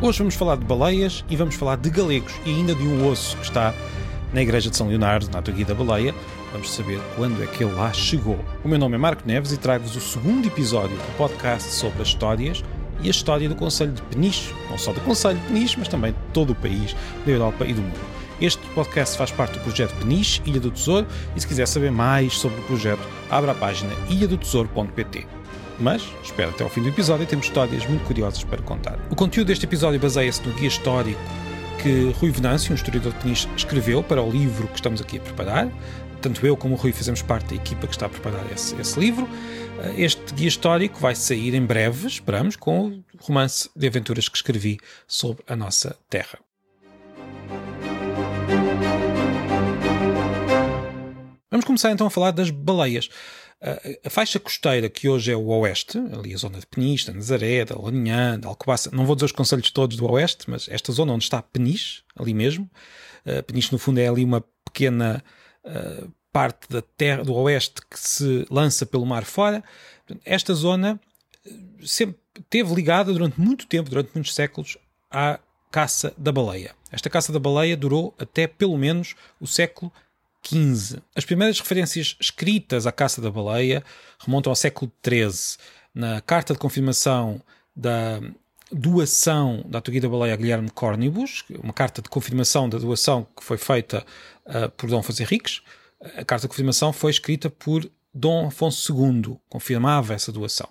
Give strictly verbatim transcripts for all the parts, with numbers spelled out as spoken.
Hoje vamos falar de baleias e vamos falar de galegos e ainda de um osso que está na Igreja de São Leonardo, na Atoguia da Baleia. Vamos saber quando é que ele lá chegou. O meu nome é Marco Neves e trago-vos o segundo episódio do podcast sobre as histórias e a história do Concelho de Peniche, não só do Concelho de Peniche, mas também de todo o país, da Europa e do mundo. Este podcast faz parte do projeto Peniche, Ilha do Tesouro, e se quiser saber mais sobre o projeto, abra a página ilha do tesouro ponto pt. Mas espera até ao fim do episódio e temos histórias muito curiosas para contar. O conteúdo deste episódio baseia-se no guia histórico que Rui Venâncio, um historiador de Peniche, escreveu para o livro que estamos aqui a preparar. Tanto eu como o Rui fazemos parte da equipa que está a preparar esse, esse livro. Este guia histórico vai sair em breve, esperamos, com o romance de aventuras que escrevi sobre a nossa terra. Vamos começar então a falar das baleias. A faixa costeira, que hoje é o Oeste, ali a zona de Peniche, da Nazaré, da Lourinhã, da Alcobaça, não vou dizer os concelhos todos do Oeste, mas esta zona onde está Peniche, ali mesmo. Uh, Peniche, no fundo, é ali uma pequena uh, parte da terra do Oeste que se lança pelo mar fora. Esta zona sempre esteve ligada durante muito tempo, durante muitos séculos, à caça da baleia. Esta caça da baleia durou até pelo menos o século quinze. As primeiras referências escritas à caça da baleia remontam ao século treze. Na carta de confirmação da doação da Atoguia da Baleia a Guilherme Córnibus, uma carta de confirmação da doação que foi feita uh, por Dom Afonso Henriques, a carta de confirmação foi escrita por Dom Afonso segundo, confirmava essa doação.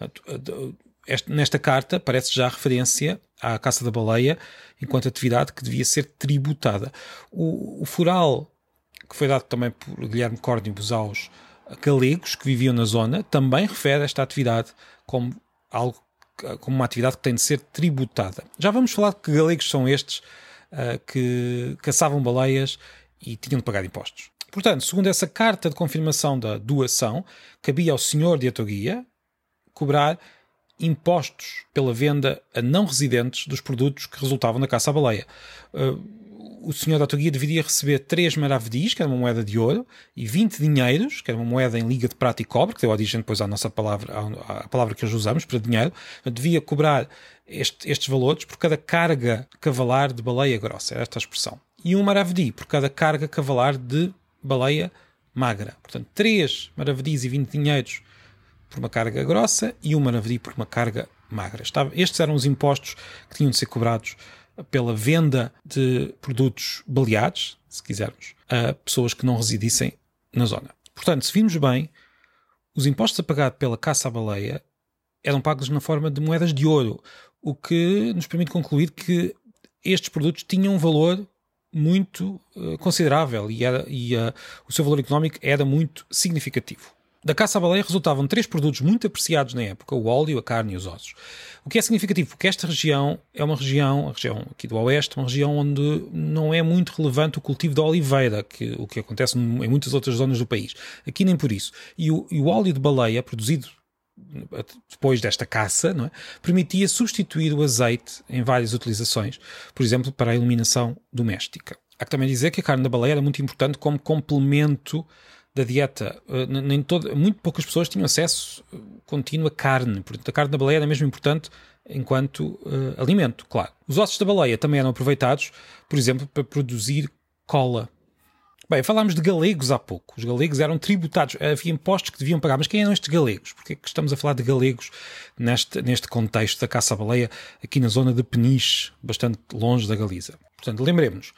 Nesta carta aparece já a referência à caça da baleia enquanto atividade que devia ser tributada. O, o foral que foi dado também por Guilherme Córnibus aos galegos que viviam na zona, também refere esta atividade como, algo, como uma atividade que tem de ser tributada. Já vamos falar de que galegos são estes uh, que caçavam baleias e tinham de pagar impostos. Portanto, segundo essa carta de confirmação da doação, cabia ao senhor de Atoguia cobrar impostos pela venda a não residentes dos produtos que resultavam da caça à baleia. Uh, O senhor da Atoguia deveria receber três maravedis, que era uma moeda de ouro, e vinte dinheiros, que era uma moeda em liga de prata e cobre, que deu origem depois à nossa palavra, à palavra que hoje usamos para dinheiro. Devia cobrar este, estes valores por cada carga cavalar de baleia grossa, era esta a expressão. E um maravedi por cada carga cavalar de baleia magra. Portanto, três maravedis e vinte dinheiros por uma carga grossa e um maravedi por uma carga magra. Estes eram os impostos que tinham de ser cobrados pela venda de produtos baleados, se quisermos, a pessoas que não residissem na zona. Portanto, se vimos bem, os impostos a pagar pela caça à baleia eram pagos na forma de moedas de ouro, o que nos permite concluir que estes produtos tinham um valor muito uh, considerável e, era, e uh, o seu valor económico era muito significativo. Da caça à baleia resultavam três produtos muito apreciados na época: o óleo, a carne e os ossos. O que é significativo, porque esta região é uma região, a região aqui do Oeste, uma região onde não é muito relevante o cultivo da oliveira, que, o que acontece em muitas outras zonas do país. Aqui nem por isso. E o, e o óleo de baleia, produzido depois desta caça, não é, permitia substituir o azeite em várias utilizações, por exemplo, para a iluminação doméstica. Há que também dizer que a carne da baleia era muito importante como complemento da dieta. Nem todo, muito poucas pessoas tinham acesso contínuo a carne. Portanto, a carne da baleia era mesmo importante enquanto uh, alimento, claro. Os ossos da baleia também eram aproveitados, por exemplo, para produzir cola. Bem, falámos de galegos há pouco. Os galegos eram tributados. Havia impostos que deviam pagar. Mas quem eram estes galegos? Porque é que estamos a falar de galegos neste, neste contexto da caça à baleia aqui na zona de Peniche, bastante longe da Galiza? Portanto, lembremos-nos,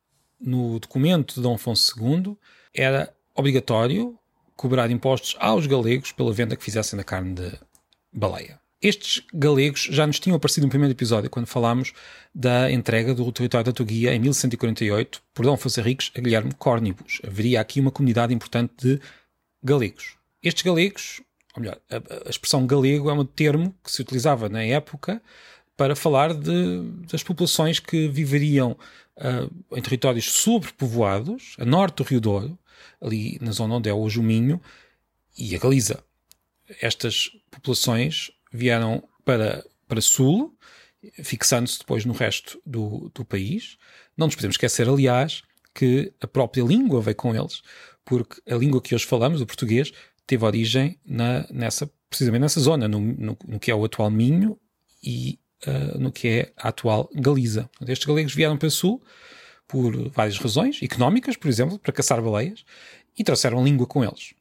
no documento de Dom Afonso segundo era obrigatório cobrar impostos aos galegos pela venda que fizessem da carne de baleia. Estes galegos já nos tinham aparecido no primeiro episódio, quando falámos da entrega do território da Atoguia em mil cento e quarenta e oito por Dom Afonso Henriques a Guilherme Córnibus. Haveria aqui uma comunidade importante de galegos. Estes galegos, ou melhor, a, a expressão galego é um termo que se utilizava na época para falar de, das populações que viveriam uh, em territórios sobrepovoados, a norte do Rio Douro, ali na zona onde é hoje o Minho e a Galiza. Estas populações vieram para, para sul, fixando-se depois no resto do, do país. Não nos podemos esquecer, aliás, que a própria língua veio com eles, porque a língua que hoje falamos, o português, teve origem na, nessa, precisamente nessa zona, no, no, no que é o atual Minho e uh, no que é a atual Galiza. Estes galegos vieram para o sul por várias razões, económicas, por exemplo, para caçar baleias, e trouxeram a língua com eles.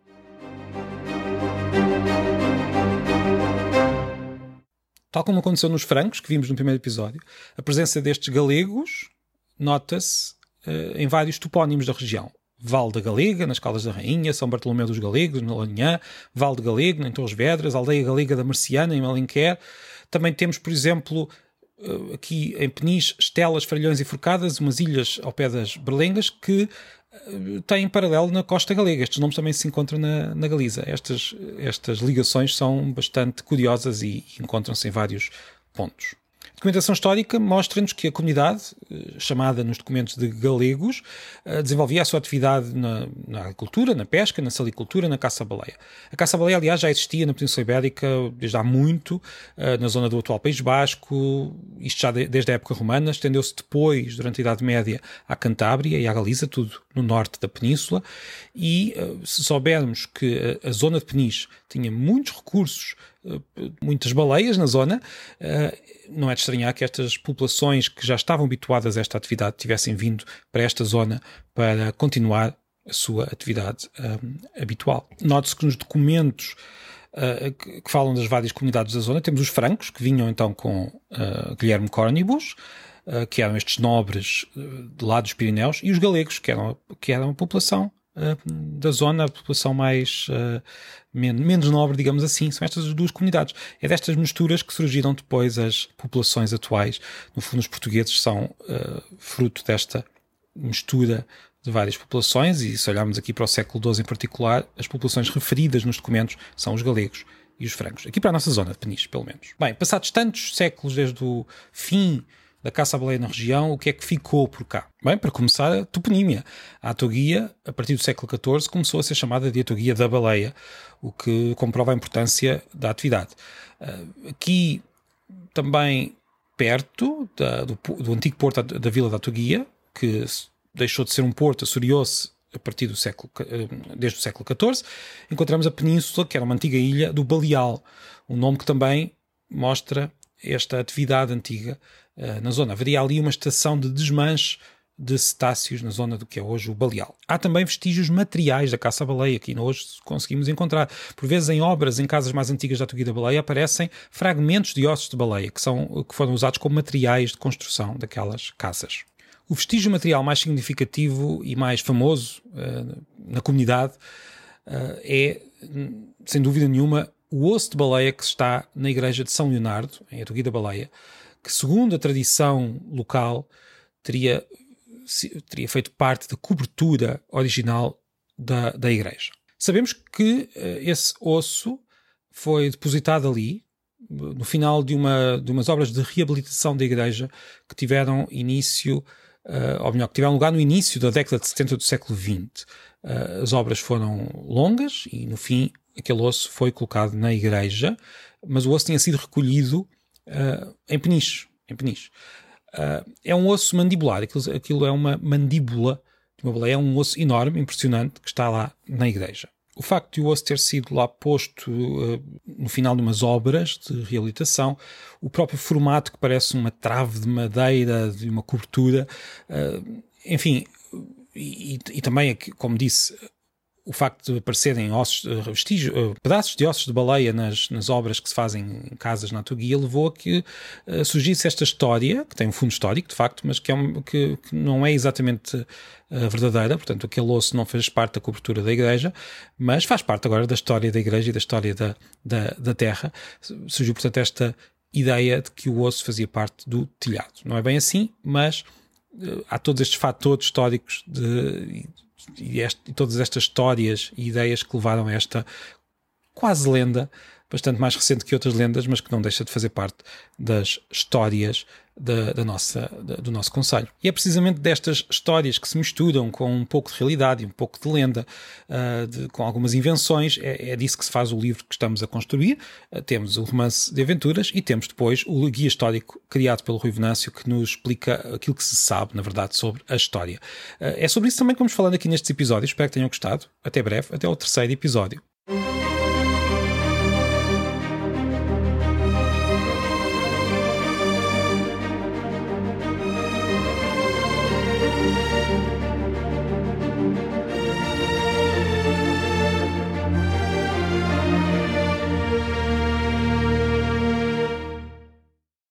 Tal como aconteceu nos francos, que vimos no primeiro episódio, a presença destes galegos nota-se uh, em vários topónimos da região. Val da Galega, nas Caldas da Rainha, São Bartolomeu dos Galegos, na Lourinhã, Val de Galego, em Torres Vedras, Aldeia Galega da Marciana, em Alenquer. Também temos, por exemplo, aqui em Peniche, Estelas, Fralhões e Forcadas, umas ilhas ao pé das Berlengas, que têm paralelo na costa galega. Estes nomes também se encontram na, na Galiza. Estas, estas ligações são bastante curiosas e, e encontram-se em vários pontos. A documentação histórica mostra-nos que a comunidade, chamada nos documentos de galegos, desenvolvia a sua atividade na, na agricultura, na pesca, na salicultura, na caça-baleia. A caça-baleia, aliás, já existia na Península Ibérica desde há muito, na zona do atual País Basco, isto já desde a época romana, estendeu-se depois, durante a Idade Média, à Cantábria e à Galiza, tudo no norte da península, e se soubermos que a zona de Peniche tinha muitos recursos, muitas baleias na zona, não é de estranhar que estas populações que já estavam habituadas a esta atividade tivessem vindo para esta zona para continuar a sua atividade um, habitual. Note-se que nos documentos uh, que, que falam das várias comunidades da zona, temos os francos, que vinham então com uh, Guilherme Córnibus, uh, que eram estes nobres uh, de lá dos Pirineus, e os galegos, que eram, que eram a população uh, da zona, a população mais uh, men- menos nobre, digamos assim. São estas as duas comunidades. É destas misturas que surgiram depois as populações atuais. No fundo, os portugueses são uh, fruto desta mistura de várias populações, e se olharmos aqui para o século doze em particular, as populações referidas nos documentos são os galegos e os francos. Aqui para a nossa zona de Peniche, pelo menos. Bem, passados tantos séculos desde o fim da caça à baleia na região, o que é que ficou por cá? Bem, para começar, a toponímia. A atoguia, a partir do século catorze, começou a ser chamada de atoguia da baleia, o que comprova a importância da atividade. Aqui, também perto da, do, do antigo porto da Vila da Atoguia, que deixou de ser um porto, assoreou-se a partir do século, desde o século catorze, encontramos a península, que era uma antiga ilha do Baleal, um nome que também mostra esta atividade antiga uh, na zona. Haveria ali uma estação de desmanche de cetáceos na zona do que é hoje o Baleal. Há também vestígios materiais da caça-baleia, que hoje conseguimos encontrar. Por vezes, em obras, em casas mais antigas da Atoguia da Baleia, aparecem fragmentos de ossos de baleia, que, são, que foram usados como materiais de construção daquelas casas. O vestígio material mais significativo e mais famoso uh, na comunidade uh, é, sem dúvida nenhuma, o osso de baleia que está na igreja de São Leonardo, em Atoguia da Baleia, que, segundo a tradição local, teria, teria feito parte da cobertura original da, da igreja. Sabemos que uh, esse osso foi depositado ali no final de, uma, de umas obras de reabilitação da igreja que tiveram início, Uh, ou melhor, que tiveram lugar no início da década de setenta do século vinte. Uh, as obras foram longas e, no fim, aquele osso foi colocado na igreja, mas o osso tinha sido recolhido uh, em Peniche. Em Peniche. Uh, é um osso mandibular, aquilo, aquilo é uma mandíbula de uma baleia, é um osso enorme, impressionante, que está lá na igreja. O facto de o osso ter sido lá posto uh, no final de umas obras de reabilitação, o próprio formato que parece uma trave de madeira, de uma cobertura, uh, enfim, e, e também, como disse, o facto de aparecerem ossos, vestígios, pedaços de ossos de baleia nas, nas obras que se fazem em casas na Atoguia levou a que uh, surgisse esta história, que tem um fundo histórico, de facto, mas que, é um, que, que não é exatamente uh, verdadeira. Portanto, aquele osso não fez parte da cobertura da igreja, mas faz parte agora da história da igreja e da história da, da, da terra. Surgiu, portanto, esta ideia de que o osso fazia parte do telhado. Não é bem assim, mas uh, há todos estes fatores históricos de... E, este, e todas estas histórias e ideias que levaram a esta quase lenda, bastante mais recente que outras lendas, mas que não deixa de fazer parte das histórias da, da nossa, da, do nosso concelho. E é precisamente destas histórias que se misturam com um pouco de realidade e um pouco de lenda, uh, de, com algumas invenções, é, é disso que se faz o livro que estamos a construir. Uh, temos o romance de aventuras e temos depois o guia histórico criado pelo Rui Venâncio, que nos explica aquilo que se sabe, na verdade, sobre a história. Uh, é sobre isso também que vamos falando aqui nestes episódios. Espero que tenham gostado. Até breve, até ao terceiro episódio.